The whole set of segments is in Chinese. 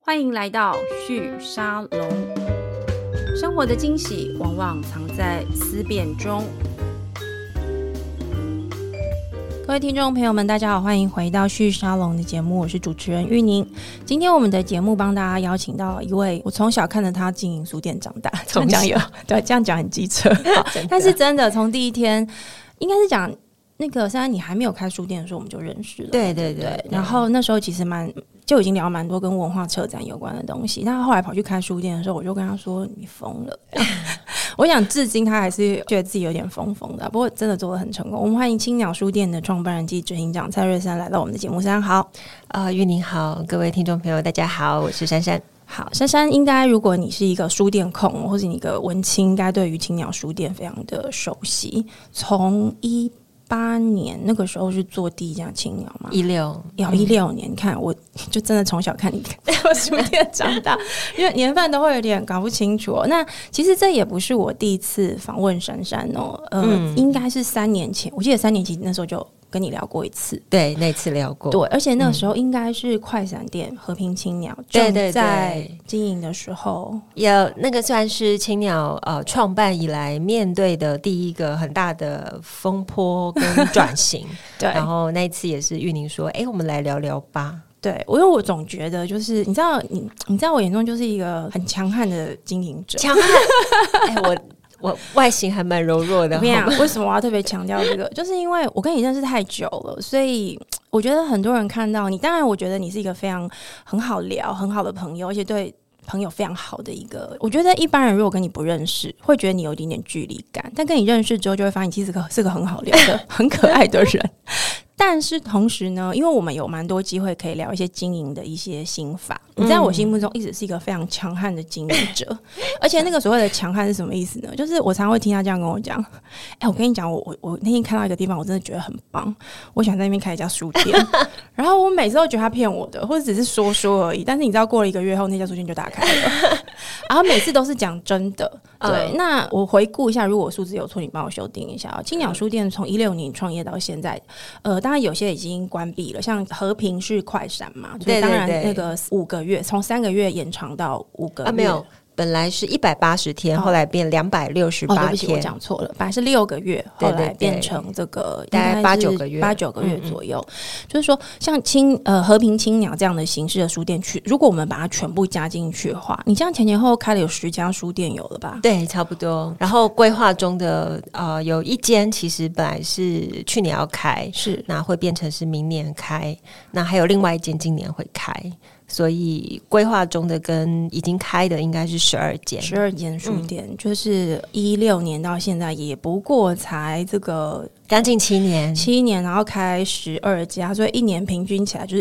欢迎来到旭沙龙。生活的惊喜往往藏在思辨中。各位听众朋友们大家好，欢迎回到旭沙龙的节目，我是主持人玉宁。今天我们的节目帮大家邀请到一位我从小看着他经营书店长大，这样讲有对，这样讲很机车但是真的从第一天应该是讲那个虽然你还没有开书店的时候我们就认识了，对对 对，然后那时候其实就已经聊蛮多跟文化策展有关的东西，但后来跑去开书店的时候我就跟他说你疯了我想至今他还是觉得自己有点疯的，不过真的做得很成功。我们欢迎青鸟书店的创办人暨执行长蔡瑞珊来到我们的节目。珊珊好。 玉宁好，各位听众朋友大家好，我是珊珊。 好，珊珊应该如果你是一个书店控或者你一个文青，应该对于青鸟书店非常的熟悉。从18年那个时候是做第一家青鸟吗？16年，你看我就真的从小看你在书店长大因为年份都会有点搞不清楚那其实这也不是我第一次访问珊珊应该是3年前，我记得3年前那时候就跟你聊过一次， 对，那次聊过， 对，而且那个时候应该是快闪店和平青鸟正在经营的时候， 有那个算是青鸟创办以来面对的第一个很大的风波跟转型对，然后那一次也是玉宁说我们来聊聊吧。 对，因为我总觉得就是你知道我眼中就是一个很强悍的经营者， 强悍我外形还蛮柔弱的。 我跟你讲，为什么我要特别强调这个？就是因为我跟你认识太久了，所以我觉得很多人看到你，当然我觉得你是一个很好聊、很好的朋友，而且对朋友非常好的一个。我觉得一般人如果跟你不认识，会觉得你有一点点距离感，但跟你认识之后，就会发现你其实是个很好聊的、很可爱的人。但是同时呢，因为我们有蛮多机会可以聊一些经营的一些心法，你在我心目中一直是一个非常强悍的经营者而且那个所谓的强悍是什么意思呢？就是我常会听他这样跟我讲我跟你讲我那天看到一个地方我真的觉得很棒，我想在那边开一家书店然后我每次都觉得他骗我的，或者只是说而已，但是你知道过了1个月后那家书店就打开了然后每次都是讲真的对，那我回顾一下，如果我数字有错你帮我修订一下青鸟书店从16年创业到现在当然有些已经关闭了，像和平是快闪嘛，所以当然那个5个月，从3个月延长到5个月没有，本来是180天后来变268天对不起我讲错了，本来是6个月后来变成这个大概8-9个月 8-9个月左右就是说像和平青鸟这样的形式的书店如果我们把它全部加进去的话，你这样前后开了有10家书店有了吧？ 对，差不多。然后规划中的有一间其实本来是去年要开，是那会变成是明年开，那还有另外一间今年会开，所以规划中的跟已经开的应该是12间书店就是16年到现在也不过才这个将近7年， 然后开12家，所以一年平均起来就是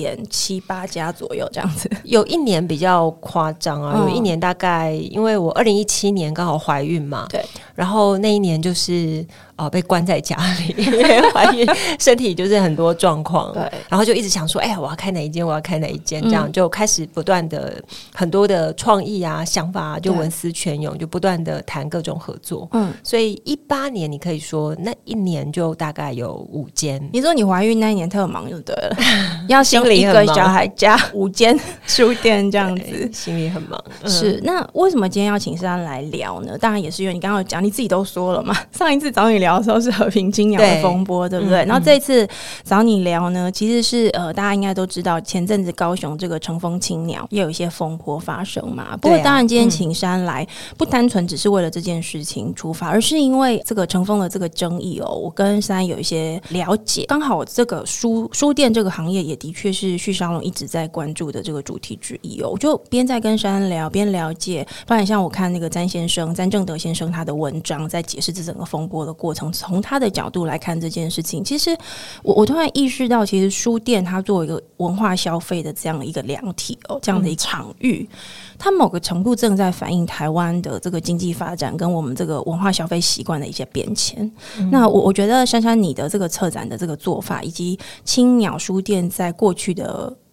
1.78 家左右这样子。 有一年比较夸张有一年大概因为我2017年刚好怀孕嘛，对，然后那一年就是被关在家里因为怀孕身体就是很多状况对，然后就一直想说我要开哪一间这样就开始不断的很多的创意想法就文思泉涌，就不断的谈各种合作所以18年你可以说那一年就大概有5间。 你说你怀孕那一年特忙就对了要生1个小孩加5间书店这样子心里很忙是。那为什么今天要请珊来聊呢？当然也是因为你刚刚有讲你自己都说了嘛，上一次找你聊的时候是和平青鸟的风波 对不对然后这一次找你聊呢其实是大家应该都知道前阵子高雄这个乘风青鸟也有一些风波发生嘛，不过当然今天请珊来不单纯只是为了这件事情出发而是因为这个乘风的这个争议我跟珊有一些了解，刚好这个书店这个行业也的确是旭沙龙一直在关注的这个主题之一我就边在跟珊聊边了解，不然像我看那个詹正德先生他的文章在解释这整个风波的过程，从他的角度来看这件事情，其实我突然意识到其实书店它作为一个文化消费的这样的一个量体这样的一个场域它某个程度正在反映台湾的这个经济发展跟我们这个文化消费习惯的一些变迁那我觉得珊珊你的这个策展的这个做法以及青鸟书店在过去的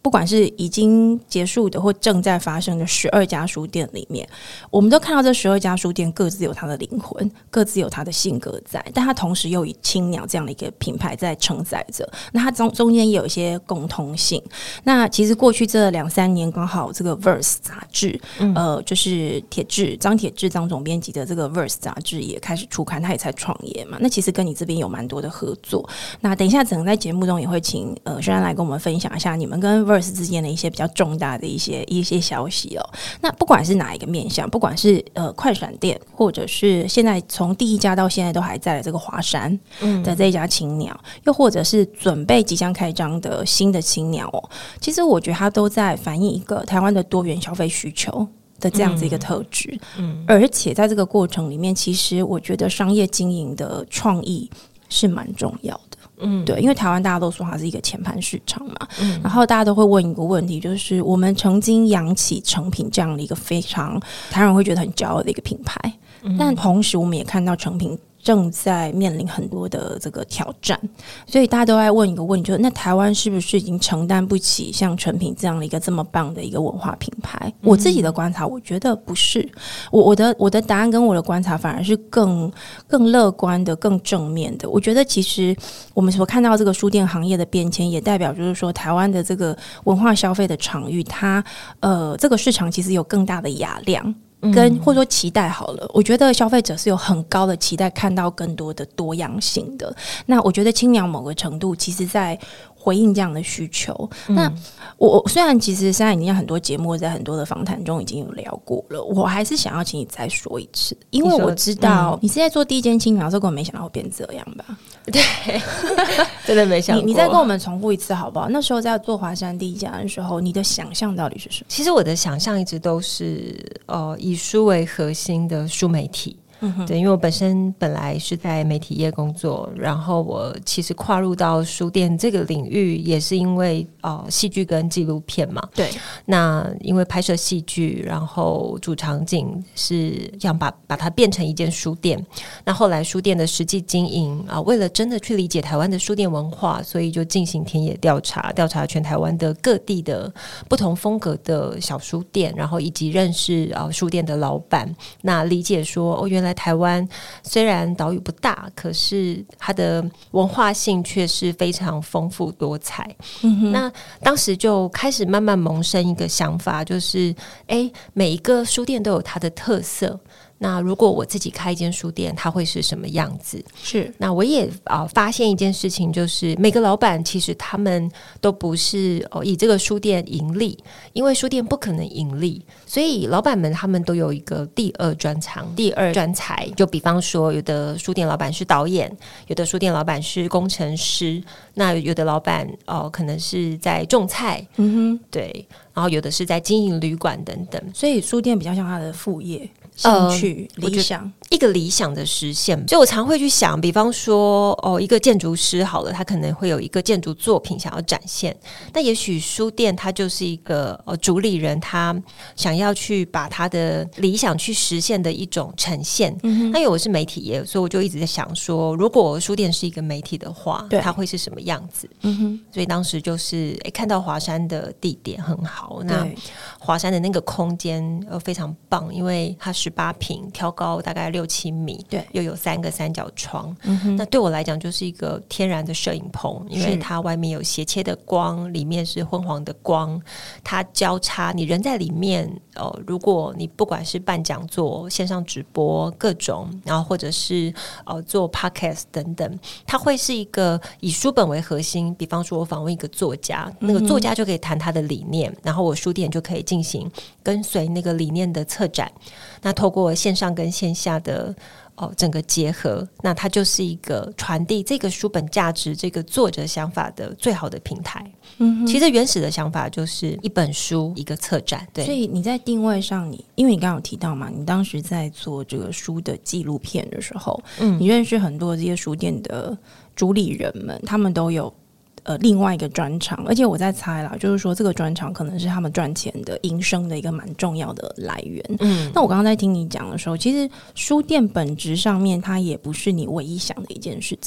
不管是已经结束的或正在发生的12家书店里面，我们都看到这12家书店各自有它的灵魂，各自有它的性格在，但它同时又以青鸟这样的一个品牌在承载着。那它中间也有一些共通性。那其实过去这2-3年，刚好这个 Verse 杂志，就是张铁志张总编辑的这个 Verse 杂志也开始出刊，他也才创业嘛。那其实跟你这边有蛮多的合作。那等一下整个在节目中也会请轩然来跟我们分享一下你们跟 Verse 之间的一些比较重大的一些消息哦。那不管是哪一个面向，不管是快闪店，或者是现在从第一家到现在都还在的这个华山的这一家青鸟，又或者是准备即将开张的新的青鸟哦，其实我觉得它都在反映一个台湾的多元消费需求的这样子一个特质。而且在这个过程里面，其实我觉得商业经营的创意是蛮重要的。对，因为台湾大家都说它是一个前盘市场嘛，然后大家都会问一个问题，就是我们曾经养起诚品这样的一个非常台湾人会觉得很骄傲的一个品牌，但同时我们也看到诚品正在面临很多的这个挑战，所以大家都在问一个问题，就是那台湾是不是已经承担不起像诚品这样的一个这么棒的一个文化品牌？我自己的观察，我觉得不是。我的答案跟我的观察反而是更乐观的、更正面的。我觉得其实我们所看到这个书店行业的变迁，也代表就是说台湾的这个文化消费的场域，它这个市场其实有更大的雅量。跟或者说期待好了，我觉得消费者是有很高的期待看到更多的多样性的。那我觉得青鸟某个程度其实在回应这样的需求。那我虽然其实现在已经有很多节目在很多的访谈中已经有聊过了，我还是想要请你再说一次，因为我知道你是在做第一间青鸟的时候根本没想到会变这样吧。 对，真的没想过。 你再跟我们重复一次好不好？那时候在做华山第一家的时候，你的想象到底是什么？ 其实我的想象一直都是以书为核心的书媒体。对，因为我本来是在媒体业工作，然后我其实跨入到书店这个领域，也是因为戏剧跟纪录片嘛。 对， 那因为拍摄戏剧，然后主场景是想把它变成一间书店。那后来书店的实际经营为了真的去理解台湾的书店文化，所以就进行田野调查全台湾的各地的不同风格的小书店，然后以及认识书店的老板，那理解说原来台湾虽然岛屿不大，可是它的文化性却是非常丰富多彩。那当时就开始慢慢萌生一个想法，就是每一个书店都有它的特色，那如果我自己开一间书店，它会是什么样子？ 是， 那我也发现一件事情，就是每个老板其实他们都不是以这个书店盈利，因为书店不可能盈利，所以老板们他们都有一个第二专长、第二专才。就比方说，有的书店老板是导演，有的书店老板是工程师，那有的老板可能是在种菜，对，然后有的是在经营旅馆等等， 所以书店比较像他的副业。兴趣理想一个理想的实现，所以我常会去想，比方说一个建筑师好了，他可能会有一个建筑作品想要展现，那也许书店它就是一个主理人，他想要去把他的理想去实现的一种呈现。那因为我是媒体业，所以我就一直在想说，如果书店是一个媒体的话，它会是什么样子？所以当时就是看到华山的地点很好，那华山的那个空间非常棒，因为它18坪，挑高大概6-7米，对，又有3个三角窗。那对我来讲就是一个天然的摄影棚，因为它外面有斜切的光，里面是昏黄的光，它交叉，你人在里面如果你不管是办讲座、线上直播各种，然后或者是做 podcast 等等，它会是一个以书本为核心。比方说我访问一个作家，那个作家就可以谈他的理念，然后我书店就可以进行跟随那个理念的策展。那透过线上跟线下的整个结合，那它就是一个传递这个书本价值、这个作者想法的最好的平台。其实原始的想法就是一本书一个策展。对， 所以你在定位上，因为你刚刚有提到嘛，你当时在做这个书的纪录片的时候，你认识很多这些书店的主理人们，他们都有另外一个专长，而且我在猜啦，就是说这个专长可能是他们赚钱的营生的一个蛮重要的来源。那我刚刚在听你讲的时候，其实书店本质上面它也不是你唯一想的一件事情。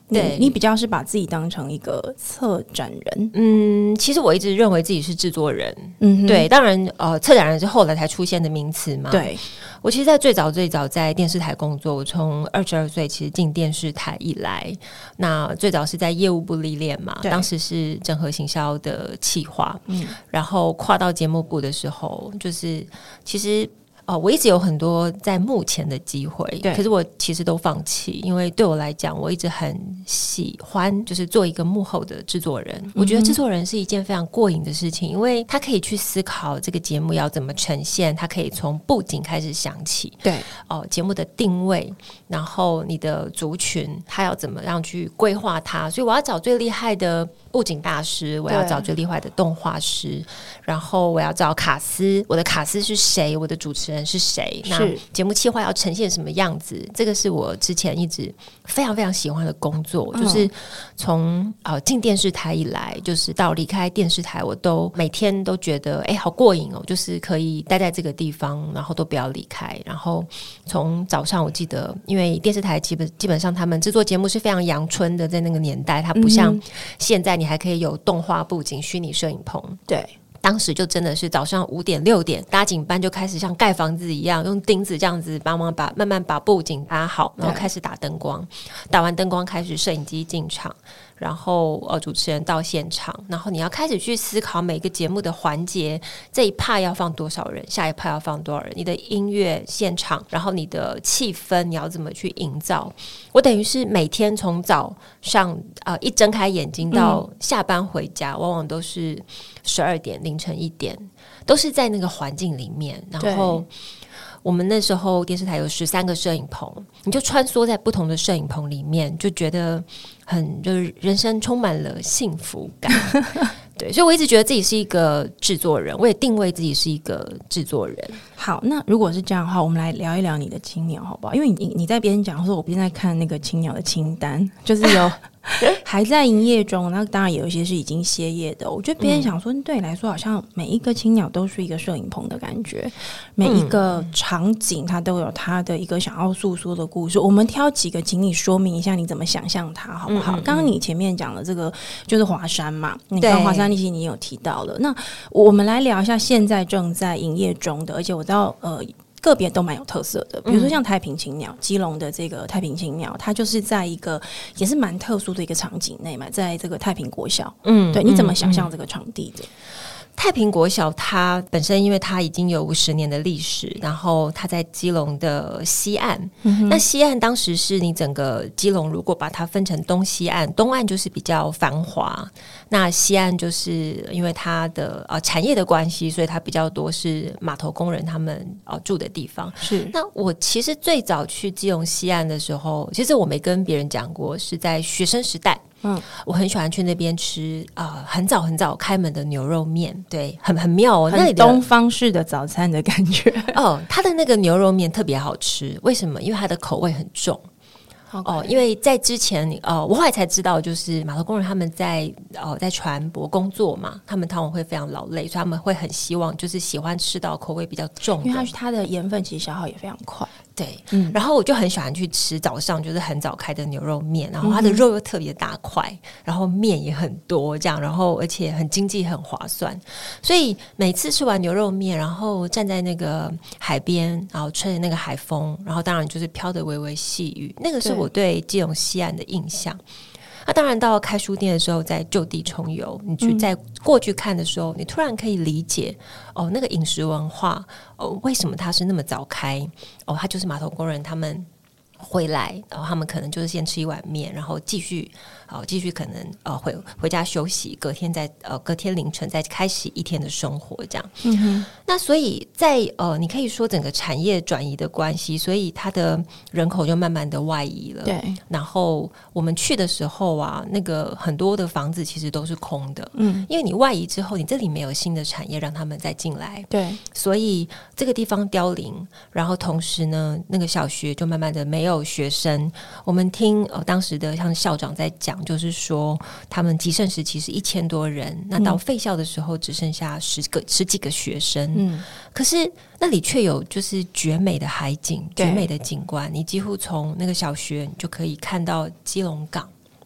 对， 你比较是把自己当成一个策展人。 其实我一直认为自己是制作人。对，当然策展人是后来才出现的名词嘛。 对， 我其实在最早在电视台工作，我从22岁其实进电视台以来，那最早是在业务部历练嘛，当时是整合行销的企划，然后跨到节目部的时候，就是其实我一直有很多在幕前的机会，可是我其实都放弃，因为对我来讲，我一直很喜欢就是做一个幕后的制作人。我觉得制作人是一件非常过瘾的事情，因为他可以去思考这个节目要怎么呈现，他可以从布景开始想起，对，节目的定位，然后你的族群，他要怎么样去规划它，所以我要找最厉害的布景大师，我要找最厉害的动画师，然后我要找卡司，我的卡司是谁，我的主持人是谁，那节目企划要呈现什么样子，这个是我之前一直非常非常喜欢的工作，就是从进电视台以来，就是到离开电视台，我都每天都觉得好过瘾哦，就是可以待在这个地方，然后都不要离开。然后从早上，我记得因为电视台基本上他们制作节目是非常阳春的，在那个年代它不像现在你还可以有动画布景、虚拟摄影棚，对，当时就真的是早上5点6点搭景班就开始像盖房子一样，用钉子这样子慢慢把布景搭好，然后开始打灯光，打完灯光开始摄影机进场，然后主持人到现场，然后你要开始去思考每个节目的环节，这一趴要放多少人，下一趴要放多少人，你的音乐现场，然后你的气氛你要怎么去营造。我等于是每天从早上一睁开眼睛到下班回家，往往都是12点凌晨1点，都是在那个环境里面。然后我们那时候电视台有13个摄影棚，你就穿梭在不同的摄影棚里面，就觉得就是人生充满了幸福感。对，所以我一直觉得自己是一个制作人，我也定位自己是一个制作人。 好，那如果是这样的话，我们来聊一聊你的青鸟好不好？因为你在边讲说，我边在看那个青鸟的清单，就是有还在营业中，那当然有一些是已经歇业的。我觉得别人想说，对你来说好像每一个青鸟都是一个摄影棚的感觉，每一个场景它都有它的一个想要诉说的故事。我们挑几个，请你说明一下你怎么想象它好不好？刚刚你前面讲的这个就是华山嘛，你看华山那些你有提到了，那我们来聊一下现在正在营业中的，而且我知道个别都蛮有特色的，比如说像太平青鸟，基隆的这个太平青鸟，它就是在一个也是蛮特殊的一个场景内嘛，在这个太平国小，对，你怎么想象这个场地的？ 太平国小它本身因为它已经有50年的历史，然后它在基隆的西岸，那西岸当时是你整个基隆如果把它分成东西岸，东岸就是比较繁华，那西岸就是因为它的产业的关系，所以它比较多是码头工人他们住的地方。是，那我其实最早去基隆西岸的时候，其实我没跟别人讲过，是在学生时代。我很喜欢去那边吃很早很早开门的牛肉面，对，很妙哦， 很东方式的早餐的感觉它的那个牛肉面特别好吃，为什么？因为它的口味很重。因为在之前我后来才知道，就是码头工人他们在船舶工作嘛，他们会非常劳累，所以他们会很希望就是喜欢吃到口味比较重的， 因为它的盐分其实消耗也非常快。 对，然后我就很喜欢去吃早上就是很早开的牛肉面，然后它的肉又特别大块，然后面也很多这样，然后而且很经济很划算，所以每次吃完牛肉面，然后站在那个海边，然后吹着那个海风，然后当然就是飘的微微细雨，那个是我对基隆西岸的印象。那当然到开书店的时候，在就地重游，你去在过去看的时候，你突然可以理解那个饮食文化为什么它是那么早开它就是码头工人他们回来，然后他们可能就是先吃一碗面，然后继续可能回家休息，隔天凌晨再开始一天的生活这样。那所以在你可以说整个产业转移的关系，所以它的人口就慢慢的外移了。对，然后我们去的时候那个很多的房子其实都是空的，因为你外移之后，你这里没有新的产业让他们再进来，对，所以这个地方凋零，然后同时呢，那个小学就慢慢的没有学生。我们听当时的像校长在讲，就是说他们极盛时期是1000多人，那到废校的时候只剩下十几个学生。可是那里却有就是绝美的海景，绝美的景观，你几乎从那个小学就可以看到基隆港。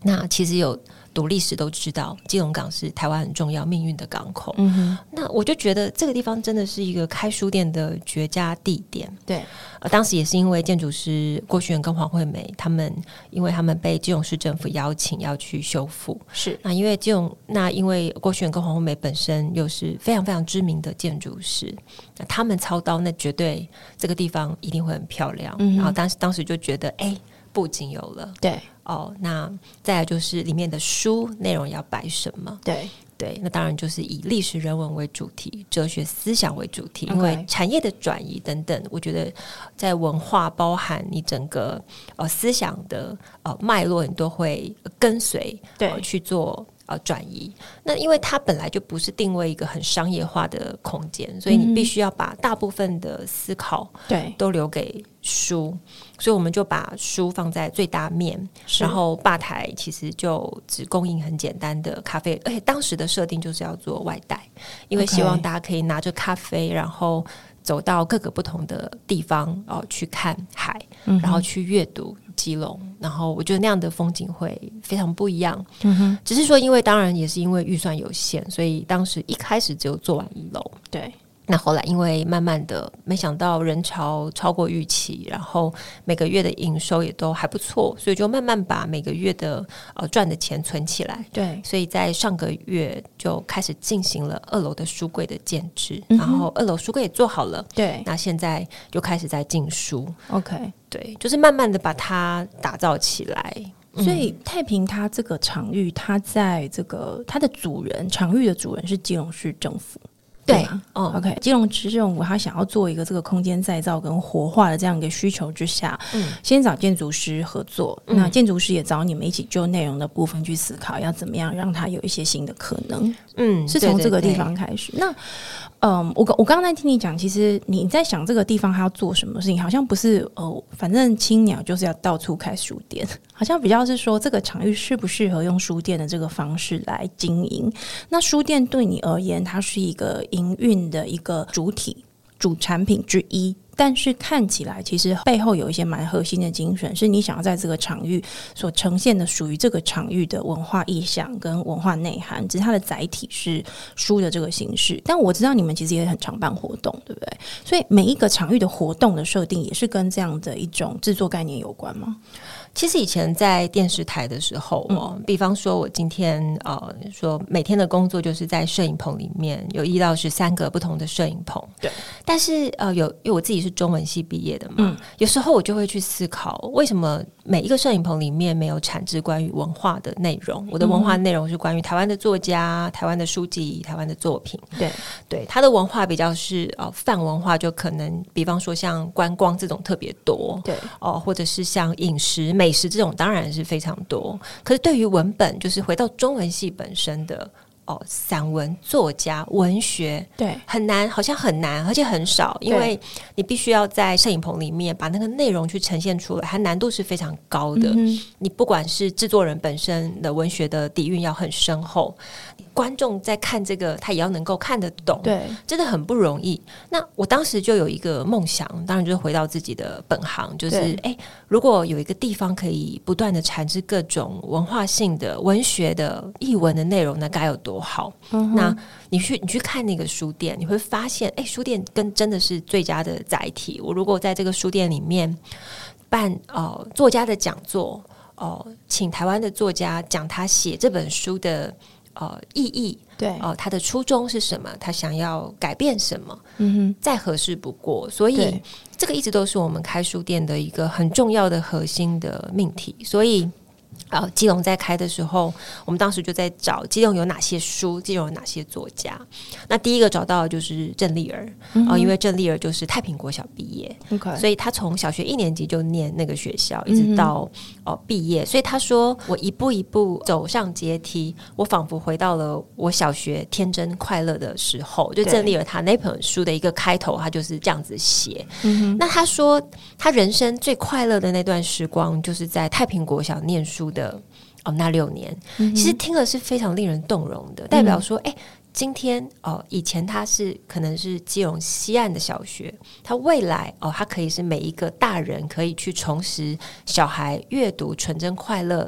那其实有读历史都知道，基隆港是台湾很重要命运的港口。那我就觉得这个地方真的是一个开书店的绝佳地点。 对， 当时也是因为建筑师郭旭元跟黄惠美因为他们被基隆市政府邀请要去修复。 是， 那因为郭旭元跟黄惠美本身又是非常非常知名的建筑师，那他们操刀，那绝对这个地方一定会很漂亮。然后当时就觉得布景有了， 对那再来就是里面的书内容要摆什么？对，那当然就是以历史人文为主题，哲学思想为主题，因为产业的转移等等，我觉得在文化包含你整个思想的脉络，你都会跟随去做转移。那因为它本来就不是定位一个很商业化的空间，所以你必须要把大部分的思考都留给书，所以我们就把书放在最大面，然后吧台其实就只供应很简单的咖啡，而且当时的设定就是要做外带，因为希望大家可以拿着咖啡，然后走到各个不同的地方去看海，然后去阅读基隆，然后我觉得那样的风景会非常不一样。只是说当然也是因为预算有限，所以当时一开始只有做完1楼。对，那后来因为慢慢的没想到人潮超过预期，然后每个月的营收也都还不错，所以就慢慢把每个月的赚的钱存起来。对，所以在上个月就开始进行了2楼的书柜的建制，然后2楼书柜也做好了。对，那现在就开始在进书。OK， 对，就是慢慢的把它打造起来。 所以太平它这个场域，它在它的场域的主人是基隆市政府。对，OK， 基隆市政府他想要做一个这个空间再造跟活化的这样一个需求之下，先找建筑师合作，那建筑师也找你们一起就内容的部分去思考，要怎么样让它有一些新的可能。是从这个地方开始。那我刚刚在听你讲，其实你在想这个地方它要做什么事情，好像不是反正青鸟就是要到处开书店，好像比较是说这个场域适不适合用书店的这个方式来经营。那书店对你而言，它是一个营运的一个主产品之一，但是看起来其实背后有一些蛮核心的精神，是你想要在这个场域所呈现的属于这个场域的文化意象跟文化内涵，只是它的载体是书的这个形式。但我知道你们其实也很常办活动，对不对？所以每一个场域的活动的设定也是跟这样的一种制作概念有关吗？ 其实以前在电视台的时候比方说我今天说每天的工作就是在摄影棚里面有1到13个不同的摄影棚。对，但是因为我自己是中文系毕业的嘛，有时候我就会去思考，为什么每一个摄影棚里面没有产制关于文化的内容？我的文化内容是关于台湾的作家、台湾的书籍、台湾的作品。对，它的文化比较是泛文化，就可能比方说像观光这种特别多。对，或者是像饮食美食这种当然是非常多，可是对于文本，就是回到中文系本身的散文作家文学，对，很难，好像很难，而且很少，因为你必须要在摄影棚里面把那个内容去呈现出来，它难度是非常高的。你不管是制作人本身的文学的底蕴要很深厚，观众在看这个他也要能够看得懂，对，真的很不容易。那我当时就有一个梦想，当然就是回到自己的本行，就是如果有一个地方可以不断的产制各种文化性的文学的艺文的内容，那该有多好。那你去看那个书店，你会发现书店真的是最佳的载体。我如果在这个书店里面办作家的讲座，请台湾的作家讲他写这本书的意义，对，他的初衷是什么，他想要改变什么，再合适不过。所以这个一直都是我们开书店的一个很重要的核心的命题。所以基隆在开的时候，我们当时就在找基隆有哪些书，基隆有哪些作家。那第一个找到的就是郑丽儿，因为郑丽儿就是太平国小毕业，所以他从小学1年级就念那个学校，一直到毕业。所以他说，我一步一步走上阶梯，我仿佛回到了我小学天真快乐的时候。就郑丽儿他那本书的一个开头，他就是这样子写。那他说他人生最快乐的那段时光，就是在太平国小念书的那6年，其实听了是非常令人动容的，代表说今天以前他是可能是基隆西岸的小学，他未来他可以是每一个大人可以去重拾小孩阅读纯真快乐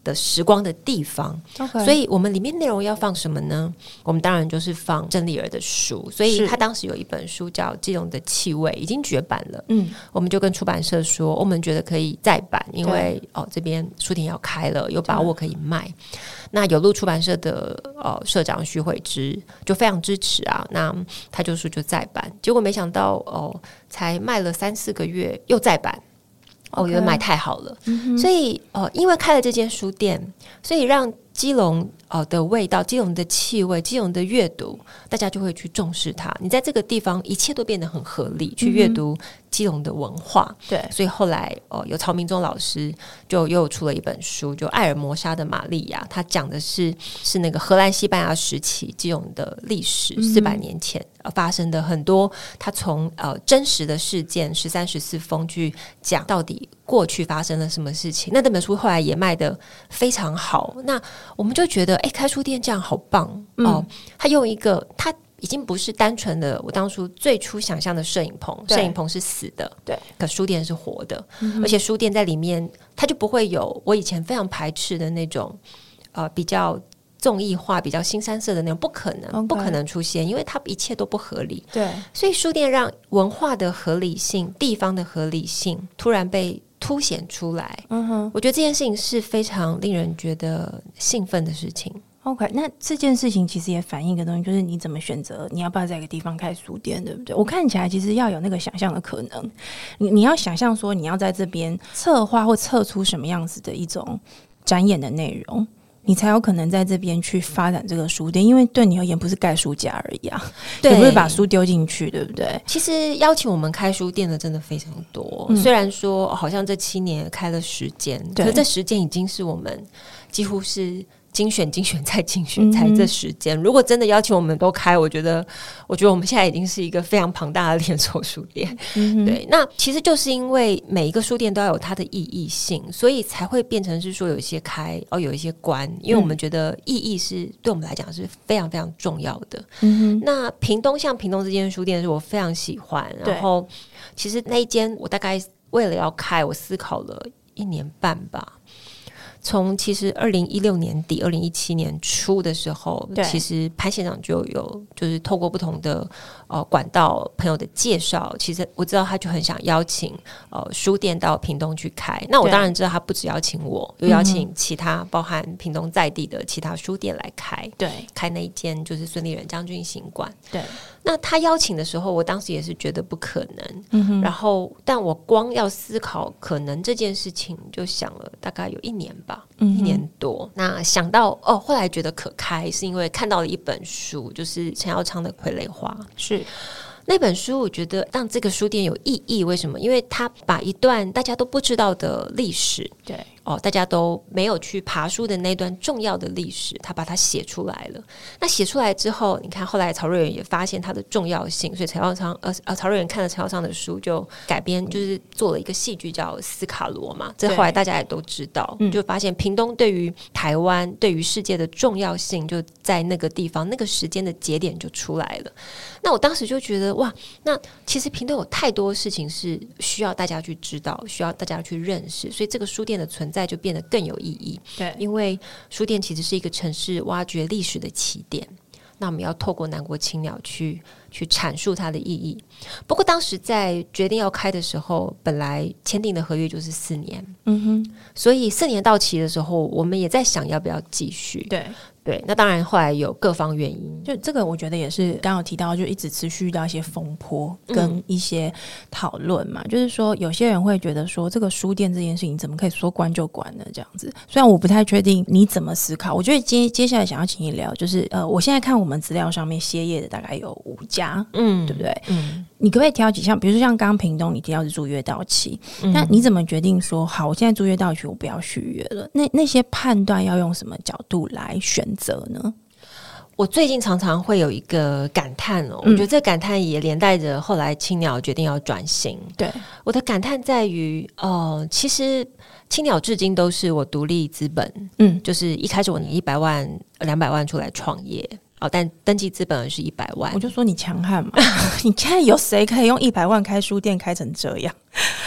的时光的地方。所以我们里面内容要放什么呢？我们当然就是放郑丽儿的书，所以他当时有一本书叫《基隆的气味》，已经绝版了。我们就跟出版社说，我们觉得可以再版，因为这边书店要开了，有把握可以卖。那有路出版社的社长徐慧芝就非常支持啊，那他就说就再版，结果没想到才卖了3-4个月又再版。我觉得卖太好了，所以因为开了这间书店，所以让基隆的味道、基隆的气味、基隆的阅读，大家就会去重视它。你在这个地方，一切都变得很合理，去阅读基隆的文化。对，所以后来有曹明忠老师就又出了一本书，就《艾尔摩沙的玛利亚》，他讲的是那个荷兰西班牙时期基隆的历史，400年前发生的很多，他从真实的事件13、14封去讲到底过去发生了什么事情。那这本书后来也卖得非常好，那我们就觉得开书店这样好棒他用一个他已经不是单纯的我当初最初想象的摄影棚，摄影棚是死的，对，可书店是活的，而且书店在里面它就不会有我以前非常排斥的那种比较综艺化、比较新三色的那种，不可能出现，因为它一切都不合理。对，所以书店让文化的合理性、地方的合理性突然被凸显出来。我觉得这件事情是非常令人觉得兴奋的事情。 OK， 那这件事情其实也反映一个东西，就是你怎么选择你要不要在一个地方开书店，对不对？我看起来其实要有那个想象的可能，你要想象说你要在这边策划或测出什么样子的一种展演的内容，你才有可能在这边去发展这个书店，因为对你而言不是盖书架而已啊，也不是把书丢进去，对不对？ 其实邀请我们开书店的真的非常多，虽然说好像这7年开了10间，可是这10间已经是我们几乎是精选再精选才这10间。如果真的邀请我们都开，我觉得我们现在已经是一个非常庞大的连锁书店。对，那其实就是因为每一个书店都要有它的意义性，所以才会变成是说有一些开有一些关，因为我们觉得意义是对我们来讲是非常非常重要的。那屏东这间书店是我非常喜欢，然后其实那一间我大概为了要开，我思考了1年半吧。从其实2016年底2017年初的时候，其实潘县长就有就是透过不同的管道朋友的介绍，其实我知道他就很想邀请书店到屏东去开。那我当然知道他不只邀请我，又邀请其他包含屏东在地的其他书店来开，对，开那一间就是孙立人将军行馆。对，那他邀请的时候，我当时也是觉得不可能，然后但我光要思考可能这件事情，就想了大概有1年吧，1年多。那想到后来觉得可开，是因为看到了一本书，就是陈耀昌的《傀儡花》，是那本书，我觉得让这个书店有意义。为什么？因为他把一段大家都不知道的历史，对大家都没有去爬书的那段重要的历史，他把它写出来了。那写出来之后，你看后来曹瑞元也发现它的重要性，所以曹瑞元看了陈耀昌的书，就改编，就是做了一个戏剧叫《斯卡罗》嘛。这后来大家也都知道，就发现屏东对于台湾、对于世界的重要性，就在那个地方、那个时间的节点就出来了。那我当时就觉得哇，那其实屏东有太多事情是需要大家去知道，需要大家去认识，所以这个书店的存在就变得更有意义。对，因为书店其实是一个城市挖掘历史的起点，那我们要透过南国青鸟去阐述它的意义。不过当时在决定要开的时候，本来签订的合约就是4年，所以4年到期的时候，我们也在想要不要继续。对，那当然后来有各方原因， 就这个我觉得也是刚刚有提到，就一直持续到一些风波跟一些讨论嘛，就是说有些人会觉得说这个书店这件事情怎么可以说关就关呢？这样子，虽然我不太确定你怎么思考，我觉得接下来想要请你聊，就是我现在看我们资料上面歇业的大概有5家，对不对？你可不可以挑几项？比如说像刚刚屏东你提到是租约到期，那你怎么决定说好，我现在租约到期，我不要续约了？那些判断要用什么角度来选择呢？ 我最近常常会有一个感叹我觉得这感叹也连带着后来青鸟决定要转型。对，我的感叹在于其实青鸟至今都是我独立资本，就是一开始我拿100万200万出来创业。但登记资本是100万， 我就说你强悍嘛！你现在有谁可以用100万开书店开成这样？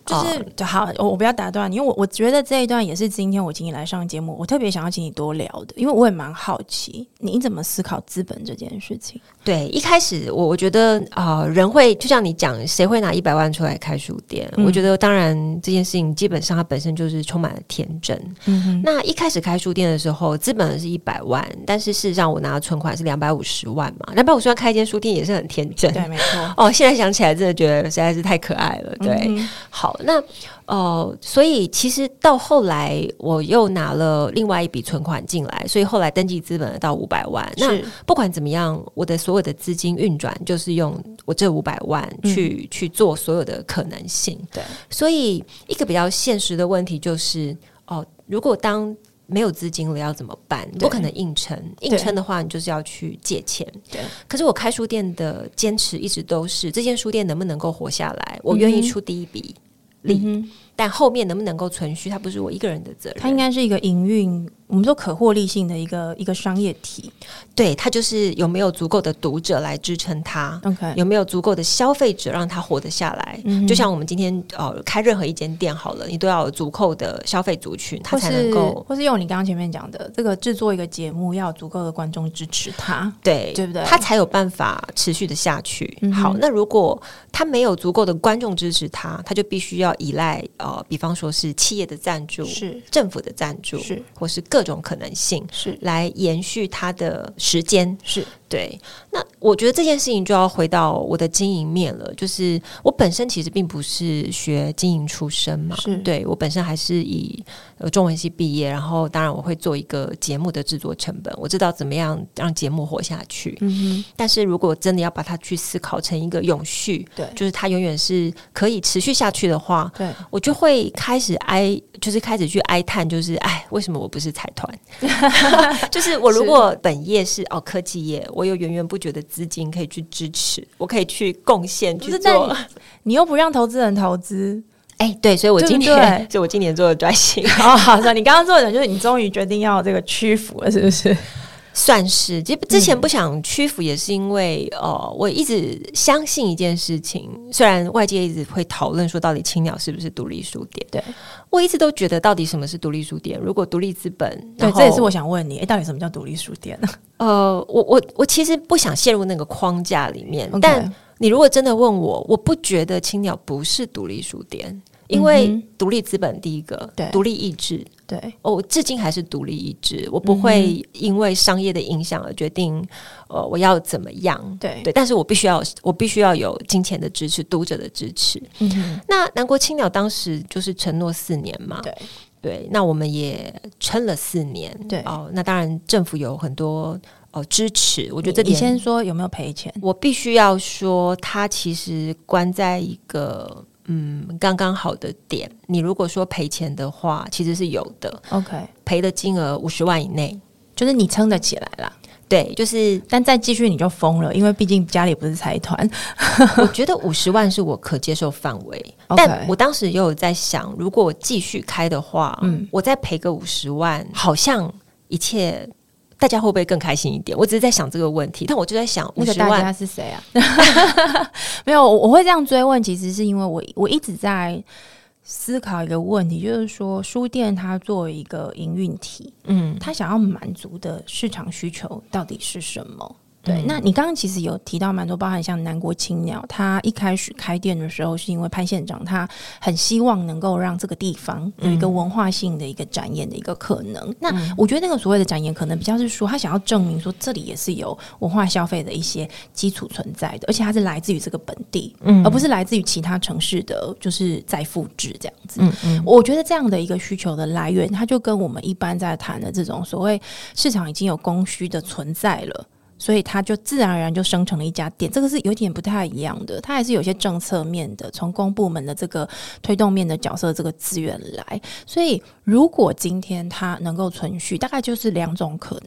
就是好，我不要打断你，因为我觉得这一段也是今天我请你来上节目，我特别想要请你多聊的，因为我也蛮好奇你怎么思考资本这件事情。 对，一开始我觉得人会就像你讲，谁会拿100万出来开书店？我觉得当然这件事情基本上它本身就是充满了天真。那一开始开书店的时候，资本是100万，但是事实上我拿的存款是250万嘛，250万开一间书店也是很天真。 对，没错。 现在想起来真的觉得实在是太可爱了。对，好，那所以其实到后来我又拿了另外一笔存款进来，所以后来登记资本到500万。那不管怎么样，我的所有的资金运转就是用我这500万去做所有的可能性。 对， 所以一个比较现实的问题就是如果当没有资金了要怎么办？不可能硬撑，硬撑的话你就是要去借钱。对，可是我开书店的坚持一直都是这间书店能不能够活下来，我愿意出第一笔力，但后面能不能够存续，它不是我一个人的责任， 它应该是一个营运，我们说可获利性的一个商业体。 对，它就是有没有足够的读者来支撑它，有没有足够的消费者让它活得下来。就像我们今天开任何一间店好了，你都要有足够的消费族群，它才能够， 或是用你刚刚前面讲的这个制作一个节目要有足够的观众支持它， 对不对？ 它才有办法持续的下去。好，那如果它没有足够的观众支持它，它就必须要依赖比方说是企业的赞助，是政府的赞助，是或是各种可能性，是来延续它的时间。是对。那我觉得这件事情就要回到我的经营面了，就是我本身其实并不是学经营出身嘛，对，我本身还是以中文系毕业，然后当然我会做一个节目的制作成本，我知道怎么样让节目活下去。但是如果真的要把它去思考成一个永续，对，就是它永远是可以持续下去的话，对，我就会开始去哀叹，就是为什么我不是财团？就是我如果本业是科技业，我有源源不绝的资金可以去支持，我可以去贡献去做， 你又不让投资人投资。 对，所以我今年做了转型。 好，你刚刚做的就是你终于决定要这个屈服了，是不是？ 算是，之前不想屈服也是因为我一直相信一件事情，虽然外界一直会讨论说到底青鸟是不是独立书店，对，我一直都觉得到底什么是独立书店？如果独立资本， 对，这也是我想问你，到底什么叫独立书店呢？ 我其实不想陷入那个框架里面，但你如果真的问我，我不觉得青鸟不是独立书店。因为独立资本第一个，独立意志，对，我至今还是独立意志，我不会因为商业的影响而决定我要怎么样，对，但是我必须要有金钱的支持，读者的支持。那南国青鸟当时就是承诺4年嘛，对，那我们也撑了4年，对，那当然政府有很多支持，我觉得你先说有没有赔钱？ 我必须要说，它其实关在一个刚刚好的点。你如果说赔钱的话，其实是有的。OK， 赔的金额50万以内， 就是你撑得起来啦。 对，就是但再继续你就疯了，因为毕竟家里不是财团。 我觉得50万是我可接受范围，但我当时也有在想，如果我继续开的话，我再赔个50万，好像一切。大家会不会更开心一点？我只是在想这个问题，但我就在想50万，那个大家是谁啊？没有，我会这样追问，其实是因为我一直在思考一个问题，就是说书店它作为一个营运体，它想要满足的市场需求到底是什么？对，那你刚刚其实有提到蛮多，包含像南国青鸟，他一开始开店的时候，是因为潘县长他很希望能够让这个地方有一个文化性的一个展演的一个可能。那我觉得那个所谓的展演，可能比较是说他想要证明说这里也是有文化消费的一些基础存在的，而且它是来自于这个本地，而不是来自于其他城市的就是再复制这样子。我觉得这样的一个需求的来源，它就跟我们一般在谈的这种所谓市场已经有供需的存在了。所以它就自然而然就生成了一家店，这个是有点不太一样的，它还是有些政策面的，从公部门的这个推动面的角色这个资源来。所以如果今天它能够存续，大概就是2种可能，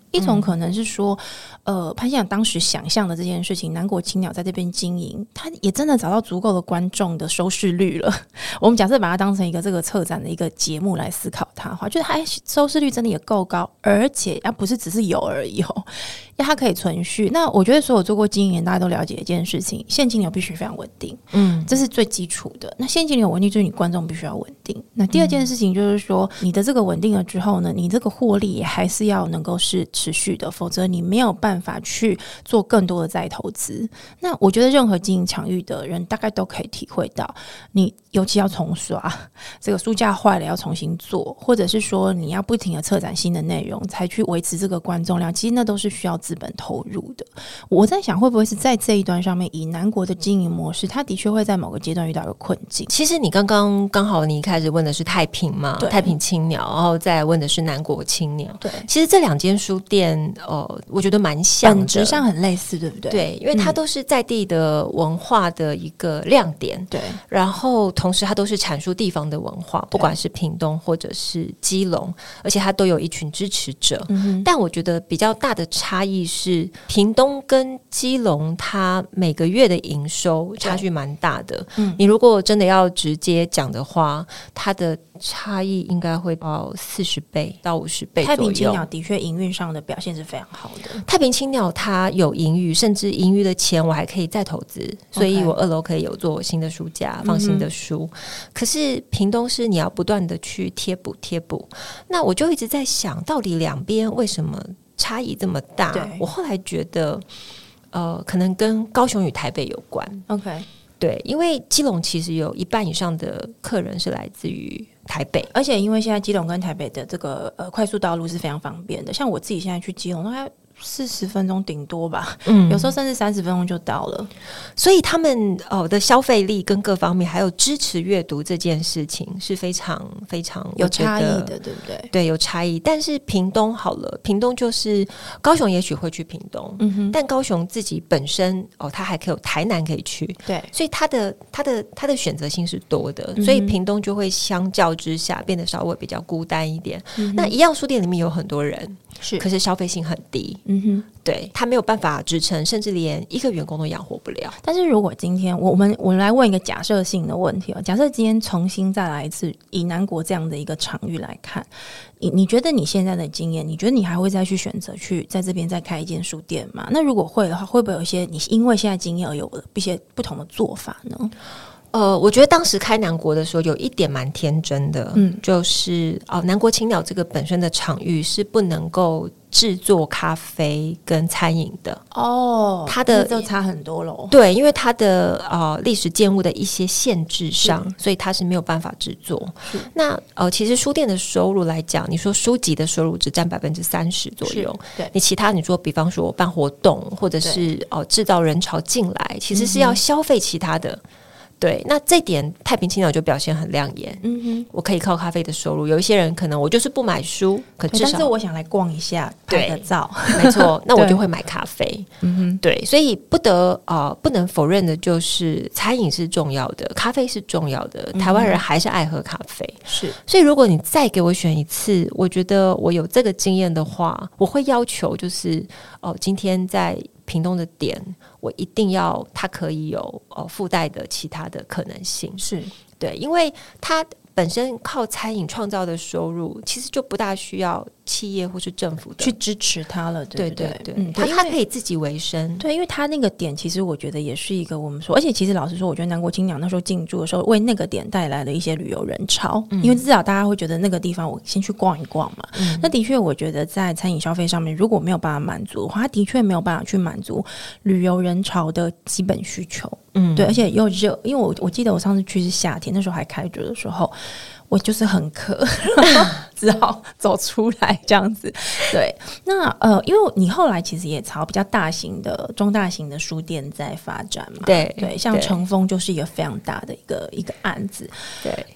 一种可能是说潘县长当时想象的这件事情，南国青鸟在这边经营，他也真的找到足够的观众的收视率了。我们假设把它当成一个这个策展的一个节目来思考它的话，觉得它收视率真的也够高，而且不是只是有而已要它可以存续。那我觉得所有做过经营大家都了解一件事情，现金流必须非常稳定，这是最基础的。那现金流稳定就是你观众必须要稳定。那第二件事情就是说，你的这个稳定了之后呢，你这个获利也还是要能够是持续的，否则你没有办法去做更多的再投资。那我觉得任何经营场域的人大概都可以体会到，你尤其要重刷，这个书架坏了要重新做，或者是说你要不停的策展新的内容才去维持这个观众量，其实那都是需要资本投入的。我在想会不会是在这一端上面，以南国的经营模式，它的确会在某个阶段遇到一个困境。 其实你刚好你一开始问的是太平嘛，太平青鸟，然后再问的是南国青鸟。 对， 其实这两间书店我觉得蛮像的， 本质上很类似，对不对？ 对，因为它都是在地的文化的一个亮点， 对， 然后同时它都是阐述地方的文化，不管是屏东或者是基隆，而且它都有一群支持者。但我觉得比较大的差异是，屏东跟基隆它每个月的营收差距蛮大的。你如果真的要直接讲的话，它的差异应该会到40倍到50倍左右。 太平青鸟的确营运上的表现是非常好的。 太平青鸟它有盈余，甚至盈余的钱我还可以再投资，所以我2楼可以有做新的书架，放新的书。可是屏东是你要不断的去贴补。那我就一直在想，到底两边为什么差异这么大？我后来觉得可能跟高雄与台北有关。 OK， 对，因为基隆其实有一半以上的客人是来自于台北， 而且因为现在基隆跟台北的这个快速道路是非常方便的，像我自己现在去基隆大概40分钟顶多吧，有时候甚至30分钟就到了。 所以他们的消费力跟各方面，还有支持阅读这件事情是非常非常有差异的，对不对？ 对，有差异。但是屏东好了，屏东就是高雄也许会去屏东，但高雄自己本身它还可以有台南可以去， 对， 所以它的选择性是多的，所以屏东就会相较之下变得稍微比较孤单一点。那一样书店里面有很多人，可是消费性很低。对，他没有办法支撑，甚至连一个员工都养活不了。 但是如果今天我们来问一个假设性的问题假设今天重新再来一次，以南国这样的一个场域来看，你觉得你现在的经验，你觉得你还会再去选择去在这边再开一间书店吗？那如果会的话，会不会有一些你因为现在经验而有一些不同的做法呢？ 我觉得当时开南国的时候有一点蛮天真的，就是南国青鸟这个本身的场域是不能够制作咖啡跟餐饮的它的就差很多咯。 对，因为它的历史建物的一些限制上，所以它是没有办法制作。那其实书店的收入来讲，你说书籍的收入只占30%左右，对，你其他你说比方说我办活动或者是制造人潮进来，其实是要消费其他的。对，那这点太平青鸟就表现很亮眼。我可以靠咖啡的收入。有一些人可能我就是不买书，可至少但是我想来逛一下，拍个照， 没错，那我就会买咖啡。对，所以不能否认的就是餐饮是重要的，咖啡是重要的。台湾人还是爱喝咖啡， 是。 所以如果你再给我选一次，我觉得我有这个经验的话，我会要求就是今天在屏东的点，我一定要它可以有附带的其他的可能性，是对，因为它本身靠餐饮创造的收入，其实就不大需要企业或是政府的去支持它了，对不对？ 它可以自己维生。 对，因为它那个点其实我觉得也是一个我们说，而且其实老实说，我觉得南国青鸟那时候进驻的时候，为那个点带来了一些旅游人潮，因为至少大家会觉得那个地方我先去逛一逛嘛。那的确，我觉得在餐饮消费上面，如果没有办法满足的话，它的确没有办法去满足旅游人潮的基本需求。对，而且又热，因为我记得我上次去是夏天，那时候还开着的时候，我就是很渴，只好走出来这样子。对，那因为你后来其实也朝比较大型的、中大型的书店在发展嘛。对，像成峰就是一个非常大的一个案子。对。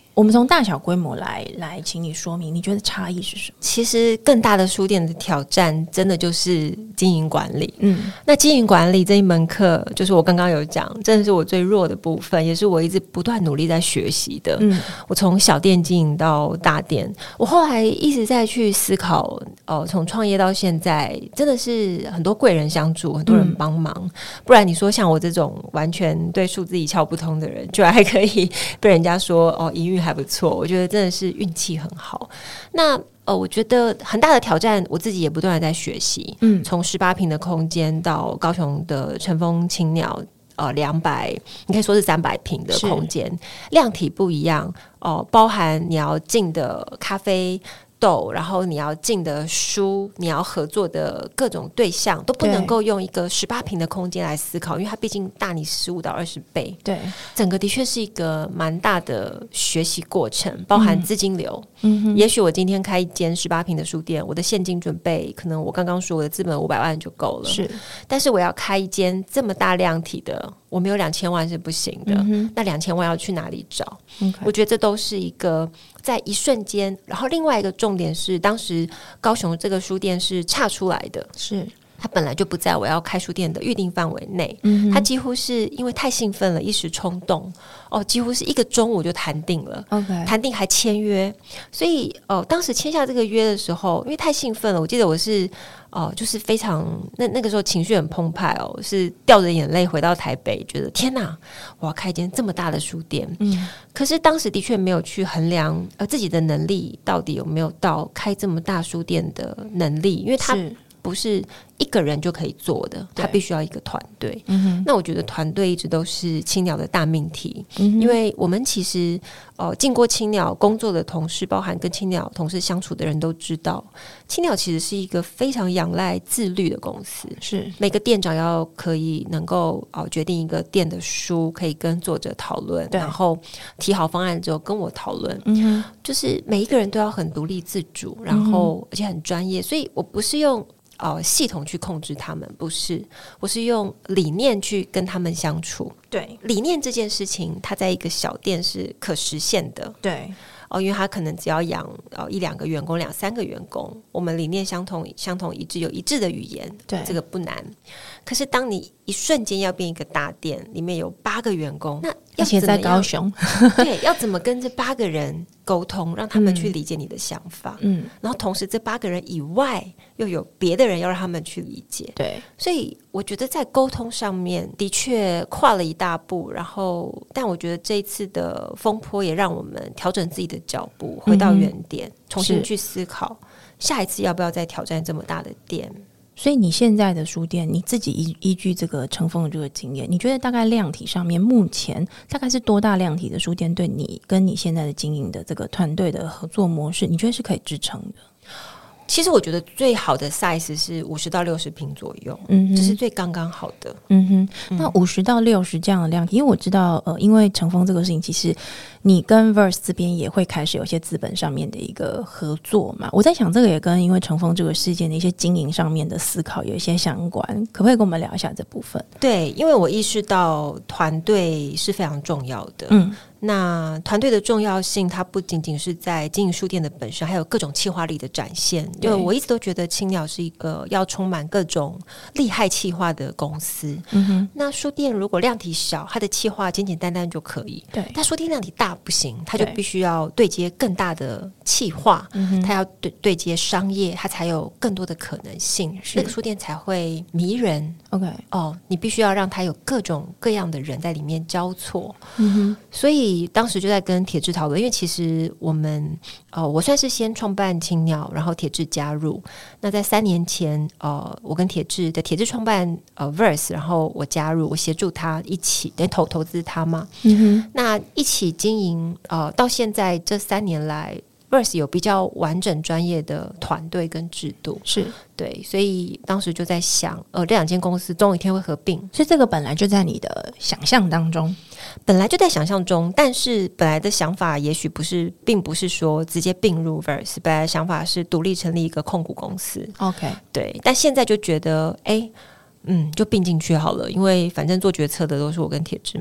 我们从大小规模来请你说明，你觉得差异是什么？ 其实更大的书店的挑战真的就是经营管理。那经营管理这一门课，就是我刚刚有讲，真的是我最弱的部分，也是我一直不断努力在学习的。我从小店经营到大店，我后来一直在去思考，从创业到现在，真的是很多贵人相助，很多人帮忙，不然你说像我这种完全对数字一窍不通的人，居然还可以被人家说营运还不错，我觉得真的是运气很好。那我觉得很大的挑战，我自己也不断的在学习。从18坪的空间到高雄的乘风青鸟，200，你可以说是300坪的空间，量体不一样包含你要进的咖啡豆，然后你要进的书，你要合作的各种对象，都不能够用一个18坪的空间来思考，因为它毕竟大你15到20倍。对，整个的确是一个蛮大的学习过程，包含资金流。也许我今天开一间18坪的书店，我的现金准备可能我刚刚说我的资本500万就够了，是，但是我要开一间这么大量体的，我没有2000万是不行的。那2000万要去哪里找？我觉得这都是一个在一瞬间。然后另外一个重点是，当时高雄这个书店是岔出来的，是它本来就不在我要开书店的预定范围内。它几乎是因为太兴奋了，一时冲动几乎是1个中午就谈定了。谈定还签约，所以当时签下这个约的时候，因为太兴奋了，我记得我是就是非常那个时候情绪很澎湃是掉着眼泪回到台北，觉得天哪，我要开一间这么大的书店。可是当时的确没有去衡量自己的能力到底有没有到开这么大书店的能力，因为它不是一个人就可以做的，他必须要一个团队。那我觉得团队一直都是青鸟的大命题。因为我们其实进过青鸟工作的同事，包含跟青鸟同事相处的人都知道，青鸟其实是一个非常仰赖自律的公司。是每个店长要可以能够决定一个店的书，可以跟作者讨论，然后提好方案之后跟我讨论。就是每一个人都要很独立自主，然后而且很专业，所以我不是用系统去控制他们，不是，我是用理念去跟他们相处。对，理念这件事情，它在一个小店是可实现的。对，因为他可能只要养1-2个员工，2-3个员工，我们理念相同一致，有一致的语言，对，这个不难。可是当你一瞬间要变一个大店，里面有8个员工，那而且在高雄， 对，要怎么跟这8个人沟通，让他们去理解你的想法？然后同时这8个人以外，又有别的人要让他们去理解。对，所以我觉得在沟通上面的确跨了一大步。然后，但我觉得这一次的风波也让我们调整自己的脚步，回到原点，重新去思考下一次要不要再挑战这么大的店。 所以你现在的书店，你自己依据这个乘风的这个经验，你觉得大概量体上面，目前大概是多大量体的书店，对你跟你现在的经营的这个团队的合作模式，你觉得是可以支撑的？ 其实我觉得最好的 size 是50到60坪左右，这是最刚刚好的。 那50到60这样的量体，因为我知道因为乘风这个事情，其实你跟 Verse 这边也会开始有些资本上面的一个合作嘛。我在想这个也跟因为乘风这个事件的一些经营上面的思考有一些相关，可不可以跟我们聊一下这部分？ 对，因为我意识到团队是非常重要的。那团队的重要性，它不仅仅是在经营书店的本身，还有各种企划力的展现。因为我一直都觉得青鸟是一个要充满各种厉害企划的公司。那书店如果量体小，它的企划简简单单就可以。对，但书店量体大不行，它就必须要对接更大的企划，它要对接商业，它才有更多的可能性，那个书店才会迷人。OK，你必须要让它有各种各样的人在里面交错。所以当时就在跟铁志讨论，因为其实我算是先创办青鸟，然后铁志加入。那在3年前，我跟铁志创办Verse， 然后我加入，我协助他一起投资他嘛。那一起经营到现在这3年来，Verse 有比较完整专业的团队跟制度，是对，所以当时就在想，这2间公司总有一天会合并， 所以这个本来就在你的想象当中。 本来就在想象中，但是本来的想法也许并不是说直接并入 Verse， 本来的想法是独立成立一个控股公司。OK， 对，但现在就觉得就并进去好了，因为反正做决策的都是我跟铁志嘛，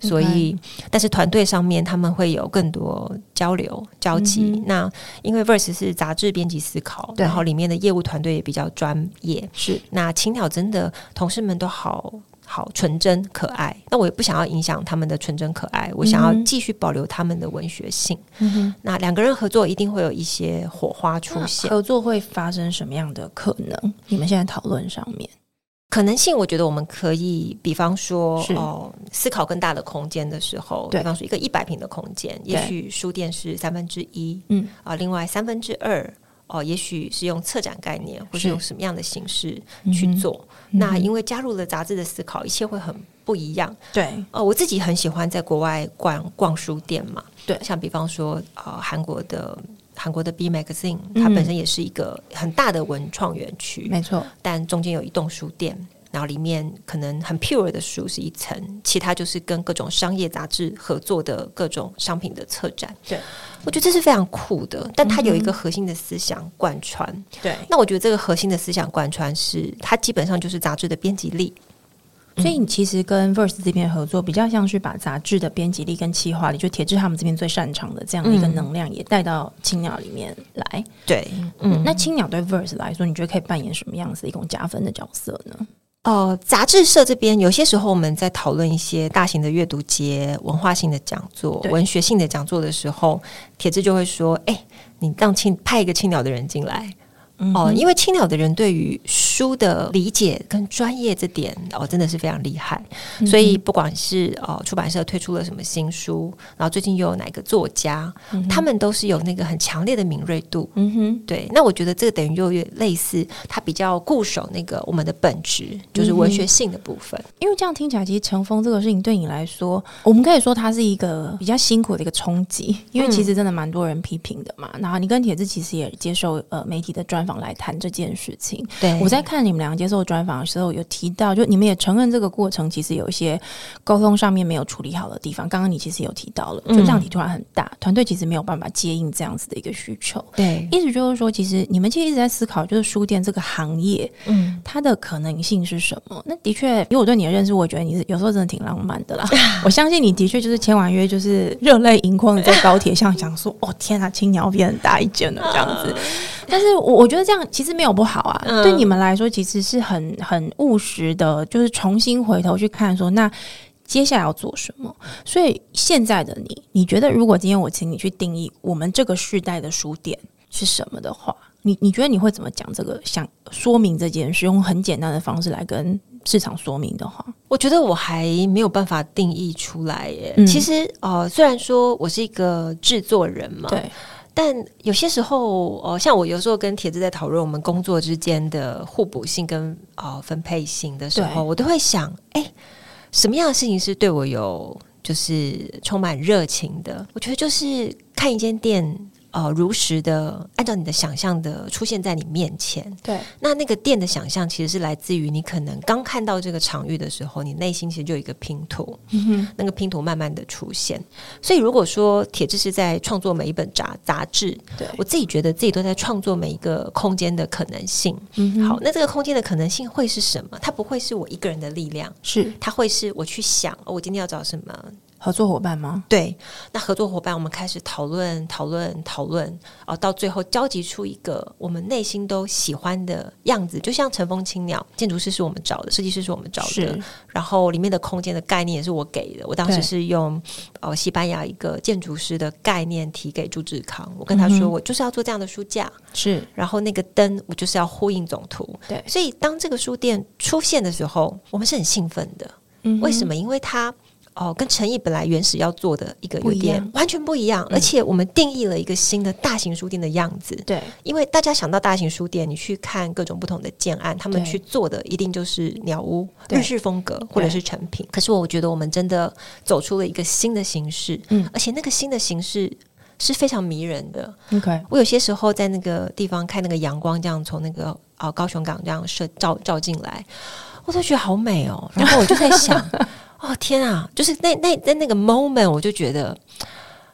所以但是团队上面他们会有更多交流交集。那因为 Verse 是杂志编辑思考，然后里面的业务团队也比较专业， 是那青鸟真的同事们都好纯真可爱，那我也不想要影响他们的纯真可爱，我想要继续保留他们的文学性。那两个人合作一定会有一些火花出现。 合作会发生什么样的可能？你们现在讨论上面可能性，我觉得我们可以比方说思考更大的空间的时候，比方说一个100平的空间，也许书店是1/3，另外2/3也许是用策展概念，或是用什么样的形式去做。那因为加入了杂志的思考，一切会很不一样。 对， 我自己很喜欢在国外逛书店嘛。 对， 像比方说韩国的 B Magazine， 它本身也是一个很大的文创园区， 没错。但中间有一栋书店，然后里面可能很 pure 的书是一层，其他就是跟各种商业杂志合作的各种商品的策展。 对， 我觉得这是非常酷的，但它有一个核心的思想贯穿。 对， 那我觉得这个核心的思想贯穿是它基本上就是杂志的编辑力。 所以你其实跟 Verse 这边合作比较像是把杂志的编辑力跟企划力，就铁志他们这边最擅长的这样的一个能量也带到青鸟里面来。 对， 那青鸟对 Verse 来说，你觉得可以扮演什么样子一种加分的角色呢？ 杂志社这边有些时候我们在讨论一些大型的阅读节、文化性的讲座、文学性的讲座的时候，铁志就会说：“你让派一个青鸟的人进来。”因为青鸟的人对于书的理解跟专业这点真的是非常厉害，所以不管是出版社推出了什么新书，然后最近又有哪个作家，他们都是有那个很强烈的敏锐度。对，那我觉得这个等于又类似他比较固守那个我们的本质，就是文学性的部分。 因为这样听起来，其实乘风这个事情对你来说，我们可以说它是一个比较辛苦的一个冲击，因为其实真的蛮多人批评的嘛。然后你跟铁志其实也接受媒体的专访来谈这件事情。 对， 我在看你们两个接受专访的时候有提到，就你们也承认这个过程其实有一些沟通上面没有处理好的地方。刚刚你其实有提到了，就量体突然很大，团队其实没有办法接应这样子的一个需求。 对， 意思就是说，其实你们其实一直在思考，就是书店这个行业，它的可能性是什么？那的确，因为我对你的认识，我觉得你是有时候真的挺浪漫的啦。我相信你的确就是签完约，就是热泪盈眶的在高铁上想说：“哦天啊，青鸟变很大一间了这样子。”但是我觉得这样其实没有不好啊，对你们来说其实是很务实的，就是重新回头去看说那接下来要做什么。所以现在的你觉得如果今天我请你去定义我们这个世代的书店是什么的话，你觉得你会怎么讲这个，想说明这件事，用很简单的方式来跟市场说明的话？ 我觉得我还没有办法定义出来耶。其实虽然说我是一个制作人嘛， 对， 但有些时候像我有时候跟铁志在讨论我们工作之间的互补性跟分配性的时候，我都会想什么样的事情是对我有就是充满热情的。我觉得就是看一间店如实的按照你的想象的出现在你面前。 对， 那个店的想象其实是来自于你可能刚看到这个场域的时候，你内心其实就有一个拼图，那个拼图慢慢的出现。所以如果说铁志是在创作每一本杂志，对，我自己觉得自己都在创作每一个空间的可能性。好，那这个空间的可能性会是什么？它不会是我一个人的力量，是它会是我去想我今天要找什么合作伙伴吗？ 对，那合作伙伴我们开始讨论到最后交集出一个我们内心都喜欢的样子。就像乘风青鸟，建筑师是我们找的，设计师是我们找的，然后里面的空间的概念也是我给的。我当时是用西班牙一个建筑师的概念提给朱志康，我跟他说我就是要做这样的书架，是，然后那个灯我就是要呼应总图。对，所以当这个书店出现的时候，我们是很兴奋的。为什么？因为它跟诚毅本来原始要做的一个有点完全不一样，而且我们定义了一个新的大型书店的样子。对，因为大家想到大型书店，你去看各种不同的建案，他们去做的一定就是鸟屋、日式风格或者是成品。可是我觉得我们真的走出了一个新的形式，而且那个新的形式是非常迷人的。我有些时候在那个地方看那个阳光这样从那个高雄港这样照进来，我都觉得好美哦。然后我就在想天啊，就是在那个 moment 我就觉得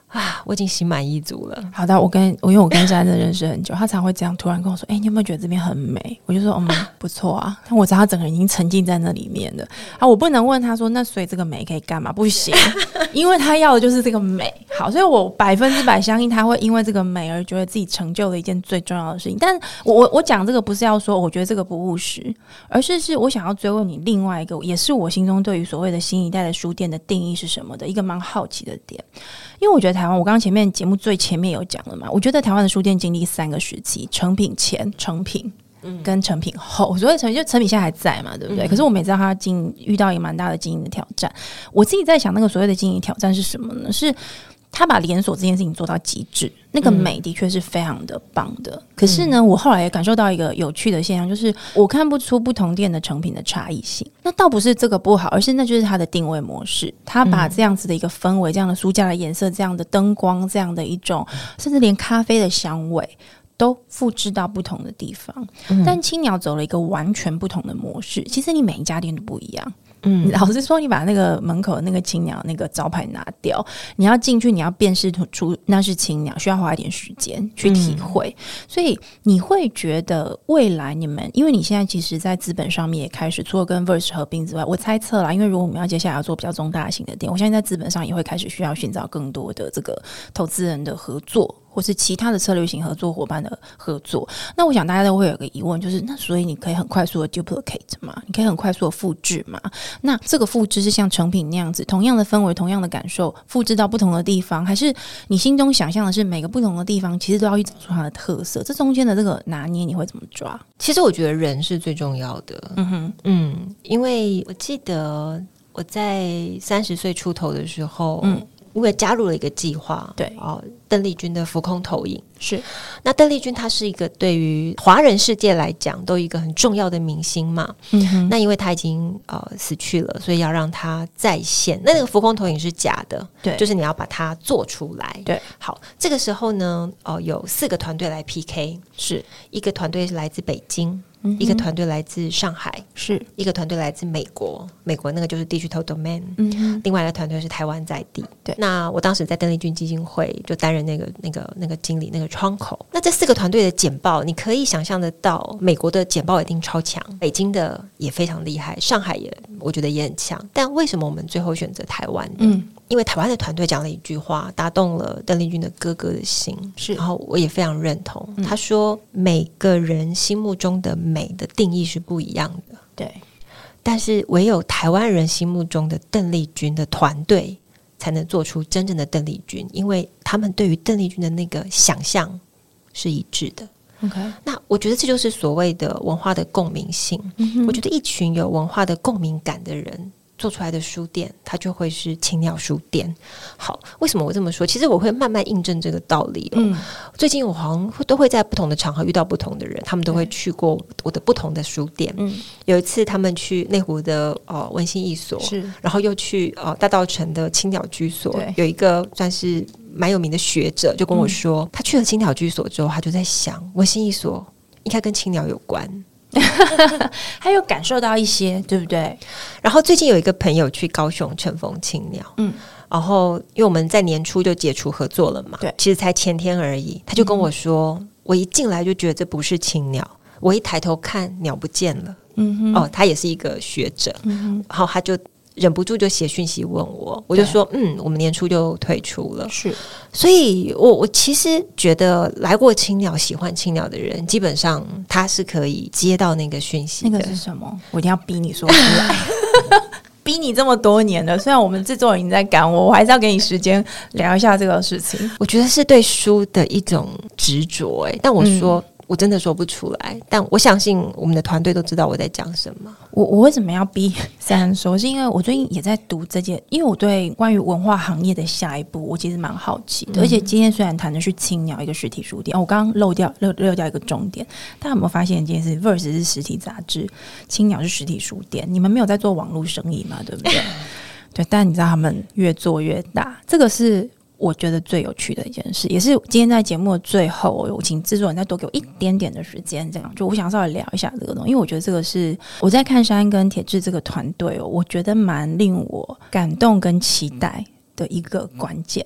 我已经心满意足了。 好的，因为我跟珊真的认识很久，他常会这样突然跟我说：“你有没有觉得这边很美？”我就说：“不错啊。”但我知道他整个人已经沉浸在那里面了我不能问他说：“那所以这个美可以干嘛？”不行，因为他要的就是这个美。好，所以我100%相信他会因为这个美而觉得自己成就了一件最重要的事情。但我讲这个不是要说我觉得这个不务实，而是我想要追问你另外一个，也是我心中对于所谓的新一代的书店的定义是什么的一个蛮好奇的点。因为我觉得台湾，我刚刚前面节目最前面有讲了嘛，我觉得台湾的书店经历3个时期：成品前、成品跟成品后。所以成品现在还在嘛，对不对？可是我们也知道他遇到一个蛮大的经营的挑战。我自己在想，那个所谓的经营挑战是什么呢？是他把连锁这件事情做到极致，那个美的确是非常的棒的。可是呢，我后来也感受到一个有趣的现象，就是我看不出不同店的成品的差异性。那倒不是这个不好，而是那就是它的定位模式。他把这样子的一个氛围、这样的书架的颜色、这样的灯光、这样的一种，甚至连咖啡的香味都复制到不同的地方。但青鸟走了一个完全不同的模式，其实你每一家店都不一样。老实说，你把那个门口的那个青鸟那个招牌拿掉，你要进去，你要辨识出那是青鸟，需要花一点时间去体会。所以你会觉得未来你们，因为你现在其实在资本上面也开始，除了跟 Verse 合并之外，我猜测啦，因为如果我们要接下来要做比较中大型的店，我相信在资本上也会开始需要寻找更多的这个投资人的合作，或是其他的策略型合作伙伴的合作。那我想大家都会有个疑问，就是那所以你可以很快速的 duplicate 嘛，你可以很快速的复制嘛？那这个复制是像成品那样子，同样的氛围、同样的感受，复制到不同的地方，还是你心中想象的是每个不同的地方其实都要去找出它的特色？这中间的这个拿捏你会怎么抓？ 其实我觉得人是最重要的。因为我记得我在30岁出头的时候，因为加入了一个计划， 对邓丽君的浮空投影。 是， 那邓丽君她是一个对于华人世界来讲都一个很重要的明星嘛。那因为她已经死去了，所以要让她再现。那个浮空投影是假的，对，就是你要把它做出来。对，好，这个时候呢，有4个团队来 PK， 是一个团队是来自北京。一个团队来自上海，是一个团队来自美国那个就是 Digital Domain，另外一个团队是台湾在地。对，那我当时在邓丽君基金会就担任那个经理那个窗口。那这4个团队的简报，你可以想象得到，美国的简报一定超强，北京的也非常厉害，上海也我觉得也很强。但为什么我们最后选择台湾的？因为台湾的团队讲了一句话，打动了邓丽君的哥哥的心，是，然后我也非常认同。他说，每个人心目中的美的定义是不一样的，对，但是唯有台湾人心目中的邓丽君的团队才能做出真正的邓丽君，因为他们对于邓丽君的那个想象是一致的。Okay. 那我觉得这就是所谓的文化的共鸣性。我觉得一群有文化的共鸣感的人做出来的书店，它就会是青鸟书店。好，为什么我这么说？其实我会慢慢印证这个道理。最近我好像都会在不同的场合遇到不同的人，他们都会去过我的不同的书店。有一次他们去内湖的文心一所，是，然后又去大稻埕的青鸟居所，有一个算是蛮有名的学者就跟我说，他去了青鸟居所之后，他就在想文心一所应该跟青鸟有关。 还有感受到一些，对不对？ 然后最近有一个朋友去高雄乘风青鸟，然后因为我们在年初就解除合作了嘛，对，其实才前天而已，他就跟我说，我一进来就觉得这不是青鸟，我一抬头看鸟不见了。他也是一个学者，然后他就忍不住就写讯息问我，我就说我们年初就退出了。是，所以我其实觉得来过青鸟喜欢青鸟的人，基本上他是可以接到那个讯息的。 那个是什么？我一定要逼你说出来逼你这么多年了，虽然我们制作人已经在赶我还是要给你时间聊一下这个事情。 我觉得是对书的一种执着但我说我真的说不出来，但我相信我们的团队都知道我在讲什么。 我为什么要逼珊说？是因为我最近也在读这件，因为我对关于文化行业的下一步，我其实蛮好奇的。而且今天虽然谈的是青鸟一个实体书店，我刚刚漏掉一个重点，大家有没有发现一件事 ？Verse 是实体杂志，青鸟是实体书店，你们没有在做网络生意嘛？对不对？对，但你知道他们越做越大，这个是我觉得最有趣的一件事，也是今天在节目的最后，我请制作人再多给我一点点的时间，这样就我想稍微聊一下这个东西，因为我觉得这个是我在看珊跟铁志这个团队我觉得蛮令我感动跟期待的一个关键，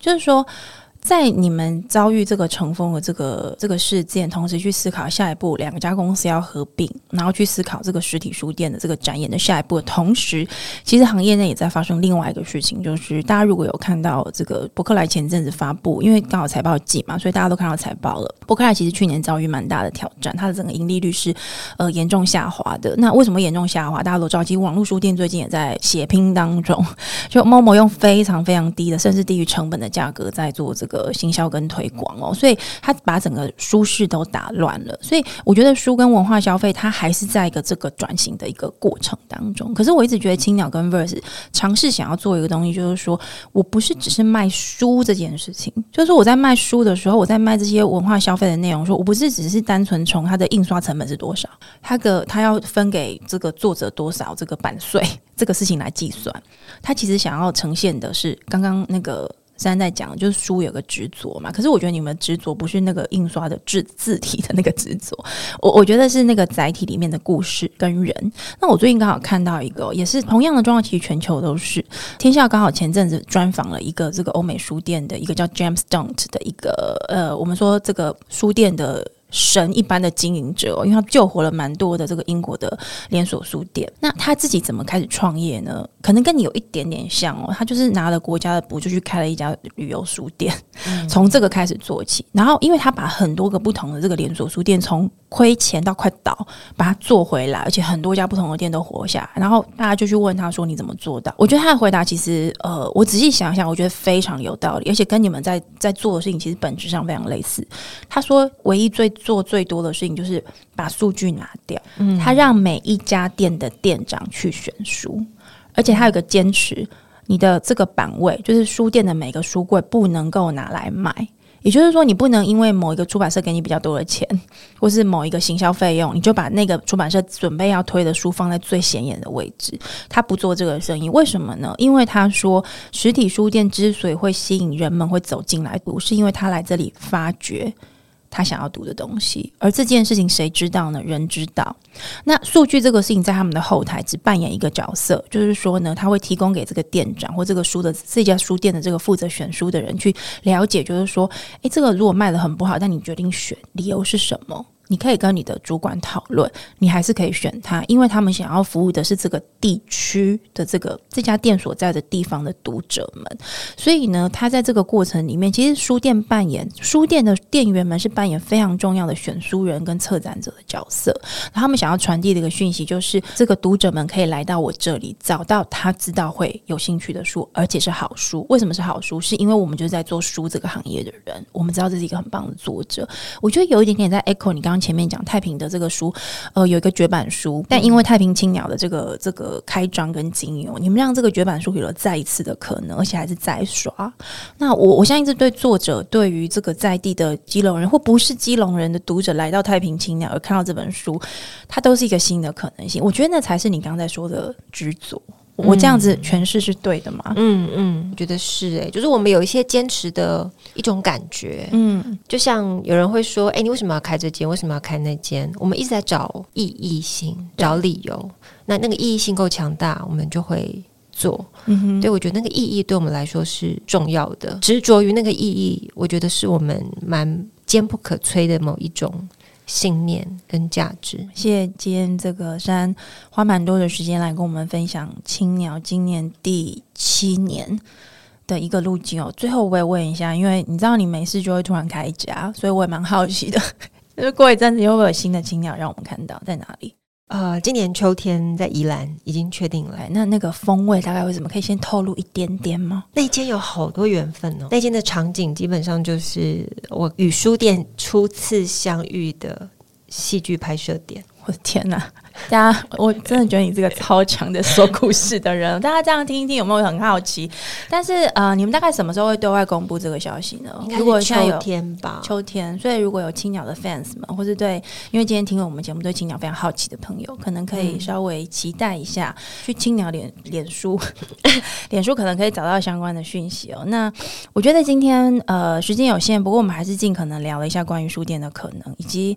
就是说在你们遭遇这个乘风的这个事件，同时去思考下一步两家公司要合并，然后去思考这个实体书店的这个展演的下一步的同时，其实行业内也在发生另外一个事情，就是大家如果有看到这个博客来前阵子发布，因为刚好财报季嘛，所以大家都看到财报了。博客来其实去年遭遇蛮大的挑战，它的整个盈利率是严重下滑的。那为什么严重下滑？大家都知道，其实网络书店最近也在血拼当中，就 Momo 用非常非常低的，甚至低于成本的价格在做这个行销跟推广哦，所以它把整个书市都打乱了。所以我觉得书跟文化消费它还是在一个这个转型的一个过程当中。可是我一直觉得青鸟跟 Verse 尝试想要做一个东西，就是说我不是只是卖书这件事情，就是说我在卖书的时候，我在卖这些文化消费的内容，说我不是只是单纯从它的印刷成本是多少，它要分给这个作者多少这个版税这个事情来计算。它其实想要呈现的是刚刚那个珊在讲，就是书有个执着嘛，可是我觉得你们执着不是那个印刷的字体的那个执着，我觉得是那个载体里面的故事跟人。那我最近刚好看到一个也是同样的状况，其实全球都是。天下刚好前阵子专访了一个这个欧美书店的一个叫 James Stunt 的一个我们说这个书店的神一般的经营者因为他救活了蛮多的这个英国的连锁书店。那他自己怎么开始创业呢？可能跟你有一点点像哦，他就是拿了国家的补助去开了一家旅游书店，从这个开始做起。然后因为他把很多个不同的这个连锁书店从亏钱到快倒把它做回来，而且很多家不同的店都活下来，然后大家就去问他说你怎么做到。我觉得他的回答其实我仔细想想我觉得非常有道理，而且跟你们在做的事情其实本质上非常类似。他说唯一做最多的事情就是把数据拿掉，他让每一家店的店长去选书，而且他有个坚持，你的这个版位就是书店的每个书柜不能够拿来卖，也就是说你不能因为某一个出版社给你比较多的钱或是某一个行销费用，你就把那个出版社准备要推的书放在最显眼的位置。他不做这个生意，为什么呢？因为他说实体书店之所以会吸引人们会走进来读，是因为他来这里发掘他想要读的东西，而这件事情谁知道呢？人知道。那数据这个事情在他们的后台只扮演一个角色，就是说呢，他会提供给这个店长或这个这家书店的这个负责选书的人去了解，就是说这个如果卖得很不好，但你决定选，理由是什么？你可以跟你的主管讨论，你还是可以选它，因为他们想要服务的是这个地区的这家店所在的地方的读者们。所以呢，他在这个过程里面，其实书店的店员们是扮演非常重要的选书人跟策展者的角色。然后他们想要传递的一个讯息就是，这个读者们可以来到我这里，找到他知道会有兴趣的书，而且是好书。为什么是好书？是因为我们就是在做书这个行业的人，我们知道这是一个很棒的作者。我觉得有一点点在 echo 你刚刚前面讲太平的这个书，有一个绝版书，但因为太平青鸟的这个开张跟经营，你们让这个绝版书有了再一次的可能，而且还是再刷。那我相信这对作者，对于这个在地的基隆人或不是基隆人的读者来到太平青鸟而看到这本书，它都是一个新的可能性。我觉得那才是你刚才说的执着。我这样子诠释是对的吗？ 我觉得是就是我们有一些坚持的一种感觉。就像有人会说你为什么要开这间，为什么要开那间？我们一直在找意义性，找理由。那个意义性够强大，我们就会做。对，我觉得那个意义对我们来说是重要的，执着于那个意义，我觉得是我们蛮坚不可摧的某一种信念跟价值。 谢谢今天这个珊花蛮多的时间来跟我们分享青鸟今年第7年的一个路径最后我也问一下，因为你知道你没事就会突然开一家，所以我也蛮好奇的就是过一阵子会不会有新的青鸟让我们看到，在哪里？ 今年秋天在宜兰已经确定了。 那个风味大概为什么可以先透露一点点吗？ 那间有好多缘分那间的场景基本上就是我与书店初次相遇的戏剧拍摄点。 我的天哪，大家我真的觉得你是个超强的说故事的人大家这样听一听有没有很好奇？但是你们大概什么时候会对外公布这个消息呢？ 应该是秋天吧。 秋天，所以如果有青鸟的 fans 们，或是对因为今天听了我们节目对青鸟非常好奇的朋友，可能可以稍微期待一下去青鸟脸书脸书可能可以找到相关的讯息那我觉得今天时间有限，不过我们还是尽可能聊了一下关于书店的可能，以及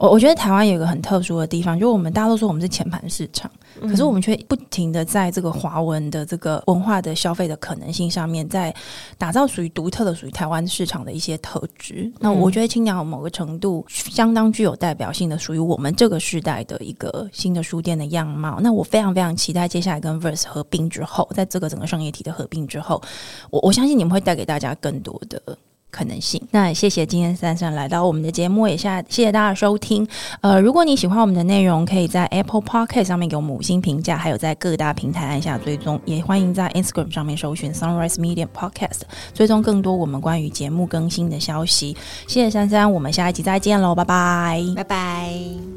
我觉得台湾有一个很特殊的地方，就是我们大家都说我们是前盘市场，可是我们却不停的在这个华文的这个文化的消费的可能性上面，在打造属于独特的属于台湾市场的一些特质。那我觉得青鸟某个程度相当具有代表性的属于我们这个时代的一个新的书店的样貌。那我非常非常期待接下来跟 Verse 合并之后，在这个整个商业体的合并之后，我相信你们会带给大家更多的可能性。那也谢谢今天珊珊来到我们的节目，也谢谢大家的收听。如果你喜欢我们的内容，可以在 Apple Podcast 上面给我们5星评价，还有在各大平台按下追踪，也欢迎在 Instagram 上面搜寻 Sunrise Media Podcast， 追踪更多我们关于节目更新的消息。谢谢珊珊，我们下一集再见喽，拜拜， 拜拜。